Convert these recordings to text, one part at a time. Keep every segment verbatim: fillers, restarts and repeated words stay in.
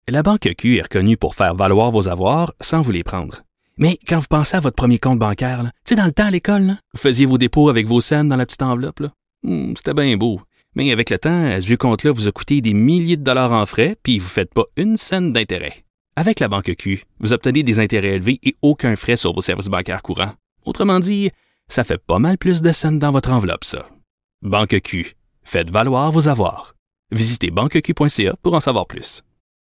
La Banque Q est reconnue pour faire valoir vos avoirs sans vous les prendre. Mais quand vous pensez à votre premier compte bancaire, tu sais, dans le temps à l'école, là, vous faisiez vos dépôts avec vos scènes dans la petite enveloppe. Là. Hum, c'était bien beau. Mais avec le temps, ce vieux compte-là vous a coûté des milliers de dollars en frais, puis vous ne faites pas une scène d'intérêt. Avec la Banque Q, vous obtenez des intérêts élevés et aucun frais sur vos services bancaires courants. Autrement dit, ça fait pas mal plus de scènes dans votre enveloppe, ça. Banque Q. Faites valoir vos avoirs. Visitez banque q point c a pour en savoir plus.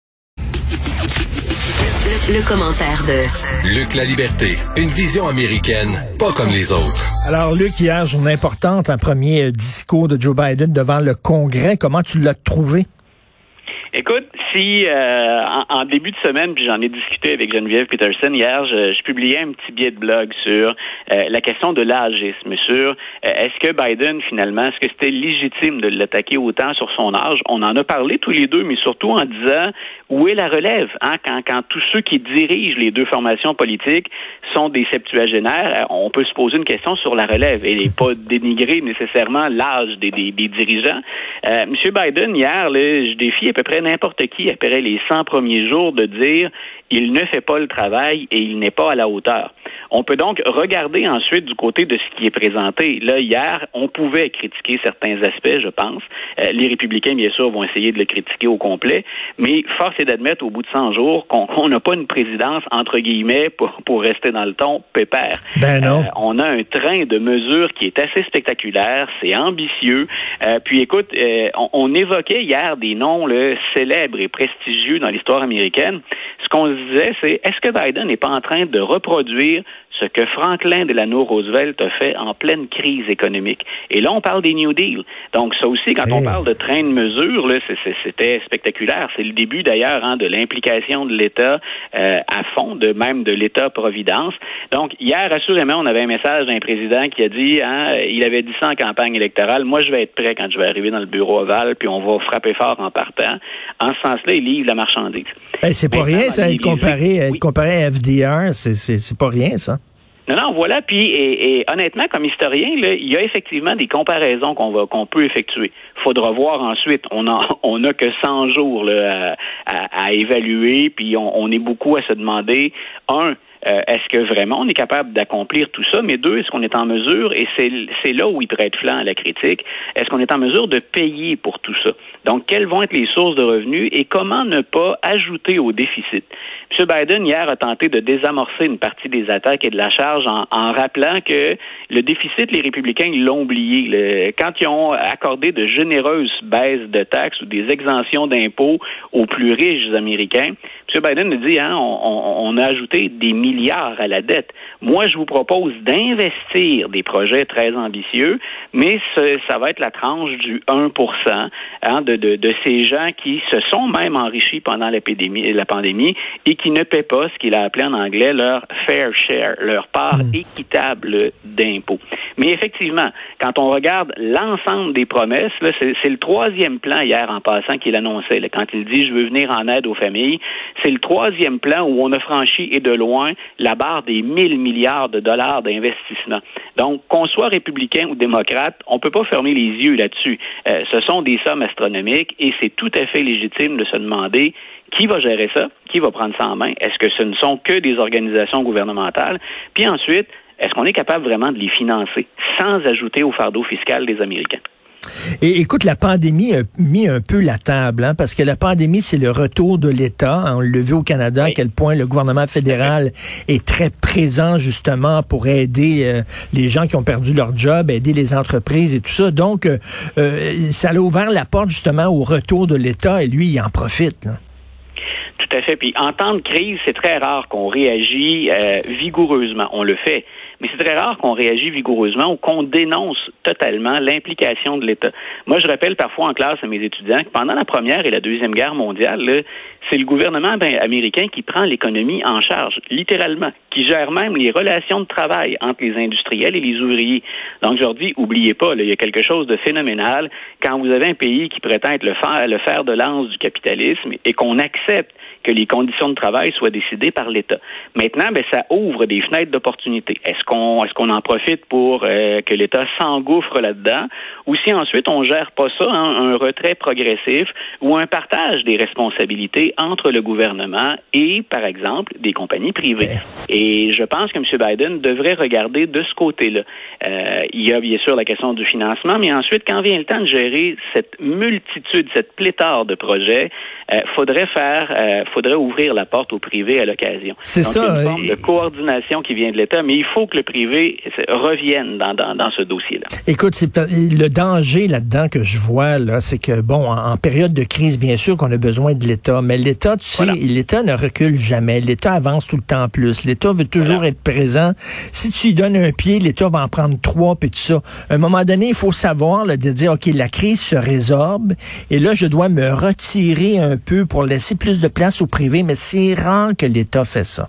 Le, le commentaire de Luc Laliberté, une vision américaine, pas comme les autres. Alors Luc, hier, journée importante, un premier discours de Joe Biden devant le Congrès. Comment tu l'as trouvé? Écoute, si euh, en, en début de semaine, puis j'en ai discuté avec Geneviève Peterson hier, je, je publiais un petit billet de blog sur euh, la question de l'âgisme, sur euh, est-ce que Biden, finalement, est-ce que c'était légitime de l'attaquer autant sur son âge? On en a parlé tous les deux, mais surtout en disant où est la relève, hein? Quand, quand tous ceux qui dirigent les deux formations politiques sont des septuagénaires, on peut se poser une question sur la relève et pas dénigrer nécessairement l'âge des, des, des dirigeants. Euh, M. Biden, hier, là, je défie à peu près n'importe qui après les cent premiers jours de dire il ne fait pas le travail et il n'est pas à la hauteur. On peut donc regarder ensuite du côté de ce qui est présenté. Là, hier, on pouvait critiquer certains aspects, je pense. Euh, les républicains, bien sûr, vont essayer de le critiquer au complet, mais force est d'admettre au bout de cent jours qu'on qu'on n'a pas une présidence, entre guillemets, pour, pour rester dans le ton, pépère. Ben non. Euh, on a un train de mesures qui est assez spectaculaire, c'est ambitieux. Euh, puis écoute, euh, on, on évoquait hier des noms là, célèbres et prestigieux dans l'histoire américaine. Ce qu'on se disait, c'est est-ce que Biden n'est pas en train de reproduire ce que Franklin Delano Roosevelt a fait en pleine crise économique. Et là, on parle des New Deal. Donc, ça aussi, quand hey. on parle de train de mesure, là, c'est, c'est, c'était spectaculaire. C'est le début, d'ailleurs, hein, de l'implication de l'État euh, à fond, de même de l'État-providence. Donc, hier, assurément, on avait un message d'un président qui a dit, hein, il avait dit ça en campagne électorale, moi, je vais être prêt quand je vais arriver dans le bureau ovale, puis on va frapper fort en partant. En ce sens-là, il livre la marchandise. Hey, c'est pas Maintenant, rien, ça, être comparé, être oui. comparé à F D R, c'est, c'est, c'est pas rien, ça. Non, non, voilà. Puis, et, et honnêtement, comme historien, là, il y a effectivement des comparaisons qu'on va, qu'on peut effectuer. Faudra voir ensuite. On a, on a que cent jours là, à, à, à évaluer. Puis, on, on est beaucoup à se demander un. Euh, est-ce que vraiment on est capable d'accomplir tout ça? Mais deux, est-ce qu'on est en mesure, et c'est, c'est là où il prête flanc à la critique, est-ce qu'on est en mesure de payer pour tout ça? Donc, quelles vont être les sources de revenus et comment ne pas ajouter au déficit? M. Biden, hier, a tenté de désamorcer une partie des attaques et de la charge en, en rappelant que le déficit, les républicains, ils l'ont oublié. Le, quand ils ont accordé de généreuses baisses de taxes ou des exemptions d'impôts aux plus riches américains, M. Biden a dit, hein, on, on, on a ajouté des milliards à la dette. Moi, je vous propose d'investir des projets très ambitieux, mais ce, ça va être la tranche du un pour cent hein, de, de, de ces gens qui se sont même enrichis pendant l'épidémie, la pandémie et qui ne paient pas ce qu'il a appelé en anglais leur fair share, leur part mmh. équitable d'impôts. Mais effectivement, quand on regarde l'ensemble des promesses, là, c'est, c'est le troisième plan hier en passant qu'il annonçait. Là, quand il dit « je veux venir en aide aux familles », c'est le troisième plan où on a franchi et de loin la barre des mille milliards de dollars d'investissement. Donc, qu'on soit républicain ou démocrate, on peut pas fermer les yeux là-dessus. Euh, ce sont des sommes astronomiques et c'est tout à fait légitime de se demander qui va gérer ça, qui va prendre ça en main. Est-ce que ce ne sont que des organisations gouvernementales? Puis ensuite, est-ce qu'on est capable vraiment de les financer sans ajouter au fardeau fiscal des Américains? Et écoute, la pandémie a mis un peu la table, hein, parce que la pandémie, c'est le retour de l'État. On l'a vu au Canada, oui. à quel point le gouvernement fédéral est très présent justement pour aider euh, les gens qui ont perdu leur job, aider les entreprises et tout ça. Donc, euh, euh, ça a ouvert la porte justement au retour de l'État et lui, il en profite, là. Tout à fait. Puis en temps de crise, c'est très rare qu'on réagit euh, vigoureusement. On le fait. Mais c'est très rare qu'on réagit vigoureusement ou qu'on dénonce totalement l'implication de l'État. Moi, je rappelle parfois en classe à mes étudiants que pendant la Première et la Deuxième Guerre mondiale, là, c'est le gouvernement ben, américain qui prend l'économie en charge, littéralement, qui gère même les relations de travail entre les industriels et les ouvriers. Donc, je leur dis, oubliez pas, là, il y a quelque chose de phénoménal quand vous avez un pays qui prétend être le fer, le fer de lance du capitalisme et qu'on accepte que les conditions de travail soient décidées par l'État. Maintenant, ben, ça ouvre des fenêtres d'opportunité. Est-ce qu'on est-ce qu'on en profite pour euh, que l'État s'engouffre là-dedans, ou si ensuite on gère pas ça, hein, un retrait progressif ou un partage des responsabilités entre le gouvernement et, par exemple, des compagnies privées. Et je pense que M. Biden devrait regarder de ce côté-là. Euh, il y a bien sûr la question du financement, mais ensuite, quand vient le temps de gérer cette multitude, cette pléthore de projets, euh, faudrait faire, euh, faudrait ouvrir la porte au privé à l'occasion. C'est Donc, ça. Il y a une forme de coordination qui vient de l'État, mais il faut que le privé revienne dans, dans, dans ce dossier-là. Écoute, c'est le danger là-dedans que je vois, là, c'est que, bon, en, en période de crise, bien sûr qu'on a besoin de l'État, mais l'État, tu sais, voilà. l'État ne recule jamais. L'État avance tout le temps plus. L'État veut toujours voilà. être présent. Si tu lui donnes un pied, l'État va en prendre trois, puis tout ça. À un moment donné, il faut savoir, là, de dire, OK, la crise se résorbe, et là, je dois me retirer un peu pour laisser plus de place au privé, mais c'est rare que l'État fait ça.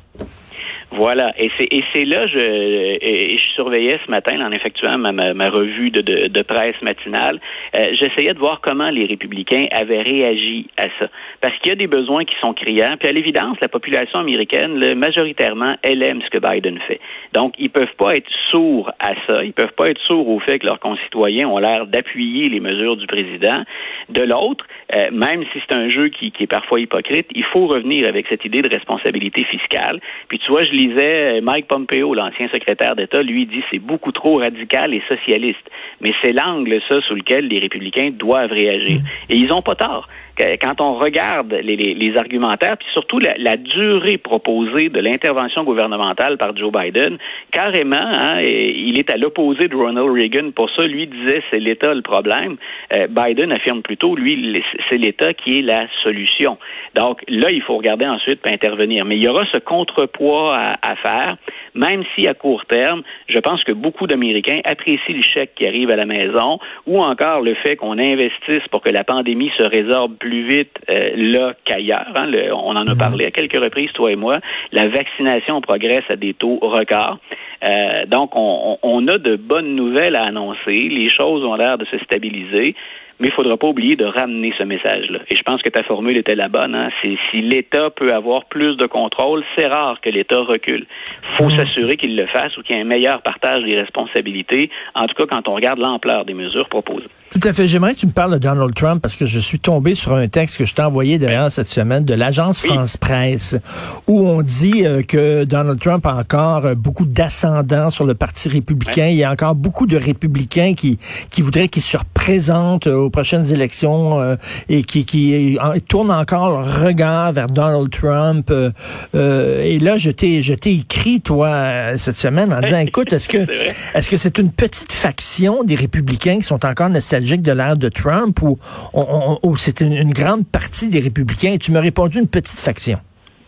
Voilà, et c'est et c'est là je et je surveillais ce matin en effectuant ma, ma, ma revue de, de, de presse matinale, euh, j'essayais de voir comment les républicains avaient réagi à ça, parce qu'il y a des besoins qui sont criants, puis à l'évidence la population américaine là, majoritairement elle aime ce que Biden fait, donc ils peuvent pas être sourds à ça, ils peuvent pas être sourds au fait que leurs concitoyens ont l'air d'appuyer les mesures du président. De l'autre, euh, même si c'est un jeu qui, qui est parfois hypocrite, il faut revenir avec cette idée de responsabilité fiscale. Puis tu vois, je lisais Mike Pompeo, l'ancien secrétaire d'État, lui dit c'est beaucoup trop radical et socialiste. Mais c'est l'angle, ça, sous lequel les républicains doivent réagir. Et ils ont pas tort. Quand on regarde les, les, les argumentaires, puis surtout la, la durée proposée de l'intervention gouvernementale par Joe Biden, carrément, hein, il est à l'opposé de Ronald Reagan. Pour ça, lui disait c'est l'État le problème. Euh, Biden affirme plutôt, lui, c'est l'État qui est la solution. Donc là, il faut regarder ensuite pour intervenir. Mais il y aura ce contrepoids à, à faire, même si à court terme, je pense que beaucoup d'Américains apprécient le chèque qui arrive à la maison, ou encore le fait qu'on investisse pour que la pandémie se résorbe plus vite euh, là qu'ailleurs. Hein. Le, on en a parlé à quelques reprises, toi et moi. La vaccination progresse à des taux records. Euh, donc, on, on a de bonnes nouvelles à annoncer. Les choses ont l'air de se stabiliser. Mais il ne faudra pas oublier de ramener ce message-là. Et je pense que ta formule était la bonne. Hein? C'est, si l'État peut avoir plus de contrôle, c'est rare que l'État recule. Il faut mmh. s'assurer qu'il le fasse ou qu'il y ait un meilleur partage des responsabilités, en tout cas quand on regarde l'ampleur des mesures proposées. Tout à fait. J'aimerais que tu me parles de Donald Trump parce que je suis tombé sur un texte que je t'ai envoyé d'ailleurs cette semaine de l'agence oui. France Presse où on dit euh, que Donald Trump a encore euh, beaucoup d'ascendants sur le Parti républicain. Ouais. Il y a encore beaucoup de républicains qui qui voudraient qu'il se représente euh, aux prochaines élections euh, et qui qui en, tournent encore leur regard vers Donald Trump. Euh, euh, et là, je t'ai je t'ai écrit toi cette semaine en disant écoute, est-ce que est-ce que c'est une petite faction des républicains qui sont encore nostalgiques de l'ère de Trump ou, on, on, ou c'est une, une grande partie des républicains? Et tu m'as répondu une petite faction.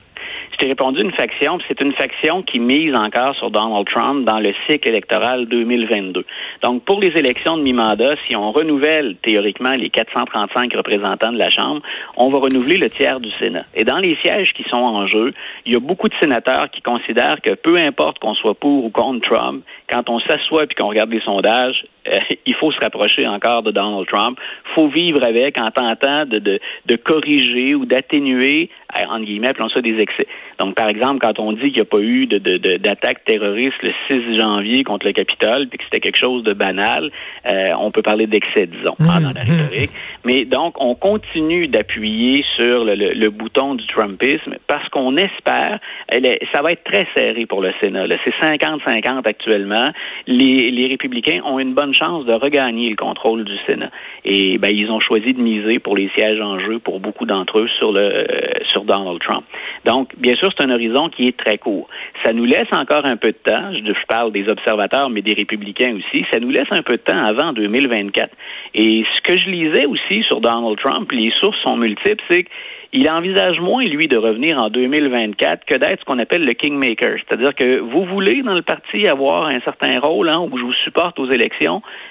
Je t'ai répondu une faction, puis c'est une faction qui mise encore sur Donald Trump dans le cycle électoral deux mille vingt-deux. Donc, pour les élections de mi-mandat, si on renouvelle théoriquement les quatre cent trente-cinq représentants de la Chambre, on va renouveler le tiers du Sénat. Et dans les sièges qui sont en jeu, il y a beaucoup de sénateurs qui considèrent que peu importe qu'on soit pour ou contre Trump, quand on s'assoit puis qu'on regarde les sondages, euh, il faut se rapprocher encore de Donald Trump. Il faut vivre avec en tentant de, de, de corriger ou d'atténuer, entre guillemets, appelons ça des excès. Donc, par exemple, quand on dit qu'il n'y a pas eu de, de, de, d'attaque terroriste le six janvier contre le Capitole, puis que c'était quelque chose de banal, euh, on peut parler d'excès, disons, mmh, hein, dans la rhétorique. Mmh. Mais donc, on continue d'appuyer sur le, le, le bouton du Trumpisme parce qu'on espère, elle est, ça va être très serré pour le Sénat. Là. C'est cinquante cinquante actuellement. Les, les républicains ont une bonne chance de regagner le contrôle du Sénat. Et ben, ils ont choisi de miser pour les sièges en jeu, pour beaucoup d'entre eux, sur le euh, sur Donald Trump. Donc, bien sûr, c'est un horizon qui est très court. Ça nous laisse encore un peu de temps, je, je parle des observateurs, mais des républicains aussi, ça nous laisse un peu de temps avant deux mille vingt-quatre. Et ce que je lisais aussi sur Donald Trump, les sources sont multiples, c'est qu'il envisage moins, lui, de revenir en deux mille vingt-quatre que d'être ce qu'on appelle le kingmaker. C'est-à-dire que vous voulez, dans le parti, avoir un certain rôle, hein, où je vous supporte aux élections,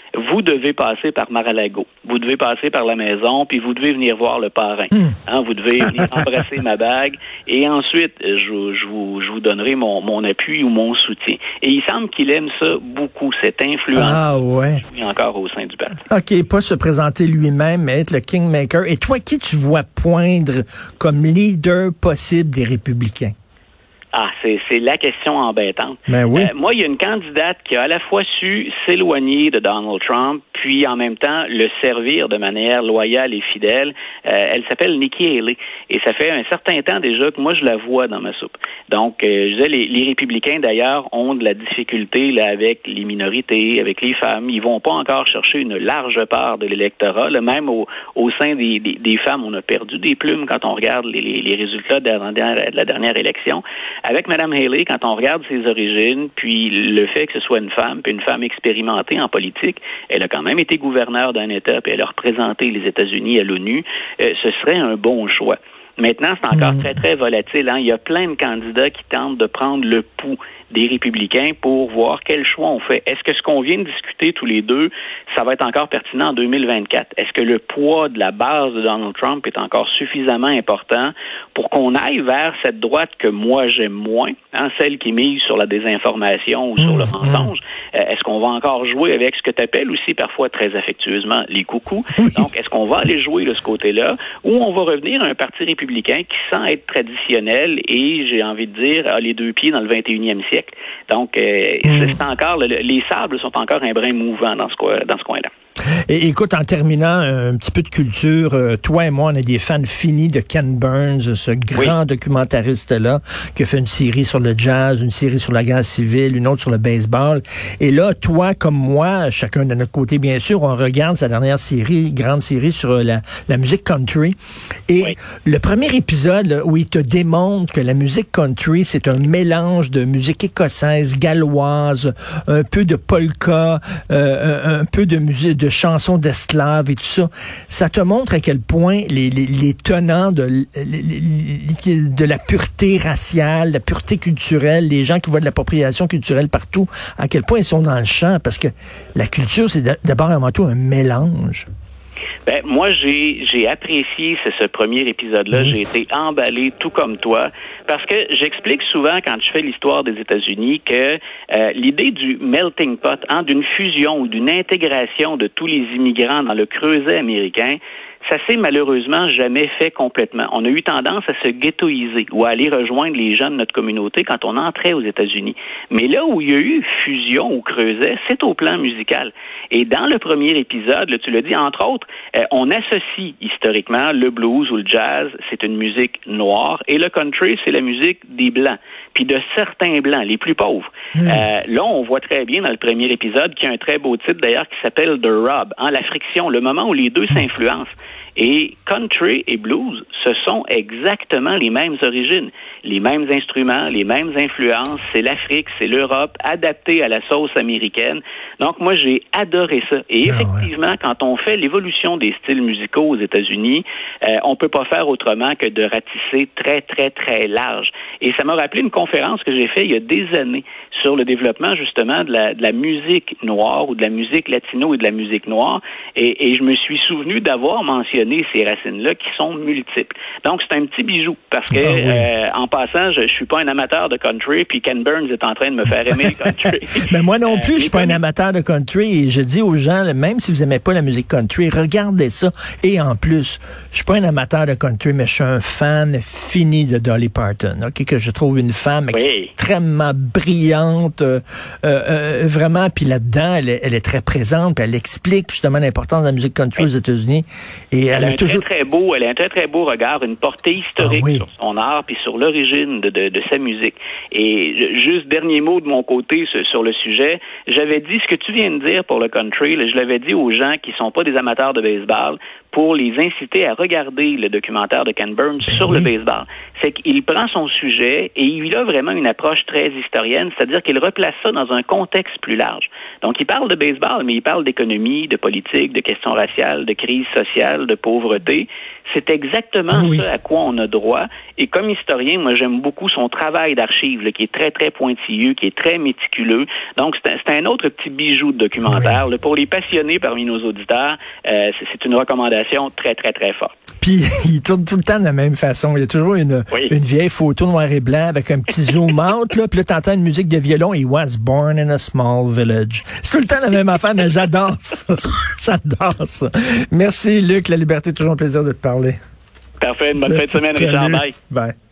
vous devez passer par Mar-a-Lago, vous devez passer par la maison, puis vous devez venir voir le parrain. Mmh. Hein, vous devez venir embrasser ma bague, et ensuite, je, je, vous, je vous donnerai mon, mon appui ou mon soutien. Et il semble qu'il aime ça beaucoup, cette influence ah, ouais. encore au sein du parti. OK, pas se présenter lui-même, mais être le kingmaker. Et toi, qui tu vois poindre comme leader possible des Républicains? Ah, c'est, c'est la question embêtante. Ben oui. Euh, moi, il y a une candidate qui a à la fois su s'éloigner de Donald Trump, puis en même temps le servir de manière loyale et fidèle. Euh, elle s'appelle Nikki Haley. Et ça fait un certain temps déjà que moi, je la vois dans ma soupe. Donc, euh, je disais, les, les républicains, d'ailleurs, ont de la difficulté là avec les minorités, avec les femmes. Ils vont pas encore chercher une large part de l'électorat. Là, même au, au sein des, des, des femmes, on a perdu des plumes quand on regarde les, les, les résultats de la, de la dernière élection. Avec Mme Haley, quand on regarde ses origines, puis le fait que ce soit une femme, puis une femme expérimentée en politique, elle a quand même été gouverneure d'un État, puis elle a représenté les États-Unis à l'ONU, euh, ce serait un bon choix. Maintenant, c'est encore mmh. très, très volatile. Hein? Il y a plein de candidats qui tentent de prendre le pouls des républicains pour voir quel choix on fait. Est-ce que ce qu'on vient de discuter tous les deux, ça va être encore pertinent en deux mille vingt-quatre? Est-ce que le poids de la base de Donald Trump est encore suffisamment important pour qu'on aille vers cette droite que moi j'aime moins, hein, celle qui mise sur la désinformation ou mmh, sur le mensonge? Mmh. Euh, est-ce qu'on va encore jouer avec ce que tu appelles aussi parfois très affectueusement les coucous? Donc, est-ce qu'on va aller jouer de ce côté-là ou on va revenir à un parti républicain qui, sans être traditionnel et, j'ai envie de dire, a les deux pieds dans le vingt et unième siècle? Donc, euh, mmh. c'est encore le, les sables sont encore un brin mouvant dans ce coin, dans ce coin-là. Et, écoute, en terminant, un petit peu de culture, euh, toi et moi, on est des fans finis de Ken Burns, ce grand oui. documentariste-là, qui a fait une série sur le jazz, une série sur la guerre civile, une autre sur le baseball. Et là, toi comme moi, chacun de notre côté, bien sûr, on regarde sa dernière série, grande série sur la, la musique country. Et oui. le premier épisode, là, où il te démontre que la musique country, c'est un mélange de musique écossaise, galloise, un peu de polka, euh, un, un peu de musique de chansons d'esclaves et tout ça, ça te montre à quel point les, les, les tenants de, les, de la pureté raciale, la pureté culturelle, les gens qui voient de l'appropriation culturelle partout, à quel point ils sont dans le champ, parce que la culture, c'est d'abord et avant tout un mélange. Ben, moi, j'ai j'ai apprécié ce, ce premier épisode-là. Mmh. J'ai été emballé tout comme toi parce que j'explique souvent quand je fais l'histoire des États-Unis que euh, l'idée du melting pot, hein, d'une fusion ou d'une intégration de tous les immigrants dans le creuset américain, ça s'est malheureusement jamais fait complètement. On a eu tendance à se ghettoiser ou à aller rejoindre les gens de notre communauté quand on entrait aux États-Unis. Mais là où il y a eu fusion au creuset, c'est au plan musical. Et dans le premier épisode, là, tu l'as dit, entre autres, euh, on associe historiquement le blues ou le jazz, c'est une musique noire, et le country, c'est la musique des Blancs, puis de certains Blancs, les plus pauvres. Mmh. Euh, là, on voit très bien dans le premier épisode, qui a un très beau titre d'ailleurs, qui s'appelle The Rub, hein, la friction, le moment où les deux s'influencent. Et country et blues, ce sont exactement les mêmes origines, les mêmes instruments, les mêmes influences. C'est l'Afrique, c'est l'Europe, adapté à la sauce américaine. Donc, moi, j'ai adoré ça. Et effectivement, ah ouais. quand on fait l'évolution des styles musicaux aux États-Unis, euh, on peut pas faire autrement que de ratisser très, très, très large. Et ça m'a rappelé une conférence que j'ai faite il y a des années sur le développement, justement, de la, de la musique noire ou de la musique latino et de la musique noire. Et, et je me suis souvenu d'avoir mentionné ces racines-là qui sont multiples. Donc, c'est un petit bijou parce que, ah oui. euh, en passant, je, je suis pas un amateur de country, puis Ken Burns est en train de me faire aimer le country. Mais moi non plus, euh, je suis pas comme... un amateur de country et je dis aux gens, même si vous aimez pas la musique country, regardez ça. Et en plus, je suis pas un amateur de country, mais je suis un fan fini de Dolly Parton, ok, que je trouve une femme oui. extrêmement brillante, euh, euh, vraiment, puis là-dedans, elle est, elle est très présente, puis elle explique justement l'importance de la musique country oui. aux États-Unis. Et elle, elle a un toujours... très, très beau, elle a un très, très beau regard, une portée historique ah, oui. sur son art puis sur l'origine de, de, de sa musique. Et juste dernier mot de mon côté sur, sur le sujet, j'avais dit ce que tu viens de dire pour le country, là, je l'avais dit aux gens qui sont pas des amateurs de baseball, pour les inciter à regarder le documentaire de Ken Burns ben sur oui. le baseball. C'est qu'il prend son sujet et il a vraiment une approche très historienne, c'est-à-dire qu'il replace ça dans un contexte plus large. Donc, il parle de baseball, mais il parle d'économie, de politique, de questions raciales, de crise sociale, de pauvreté. C'est exactement oui. ça à quoi on a droit. Et comme historien, moi, j'aime beaucoup son travail d'archives, là, qui est très, très pointilleux, qui est très méticuleux. Donc, c'est un, c'est un autre petit bijou de documentaire. Oui. Là, pour les passionnés parmi nos auditeurs, euh, c'est, c'est une recommandation très, très, très forte. Puis, il tourne tout le temps de la même façon. Il y a toujours une, oui. une vieille photo noir et blanc avec un petit zoom out, là. Puis là, t'entends une musique de violon. He was born in a small village. C'est tout le temps la même affaire, mais j'adore ça. J'adore ça. Merci, Luc. La liberté, toujours un plaisir de te parler. Parfait. Une bonne fin de semaine, Richard. Bye. Bye.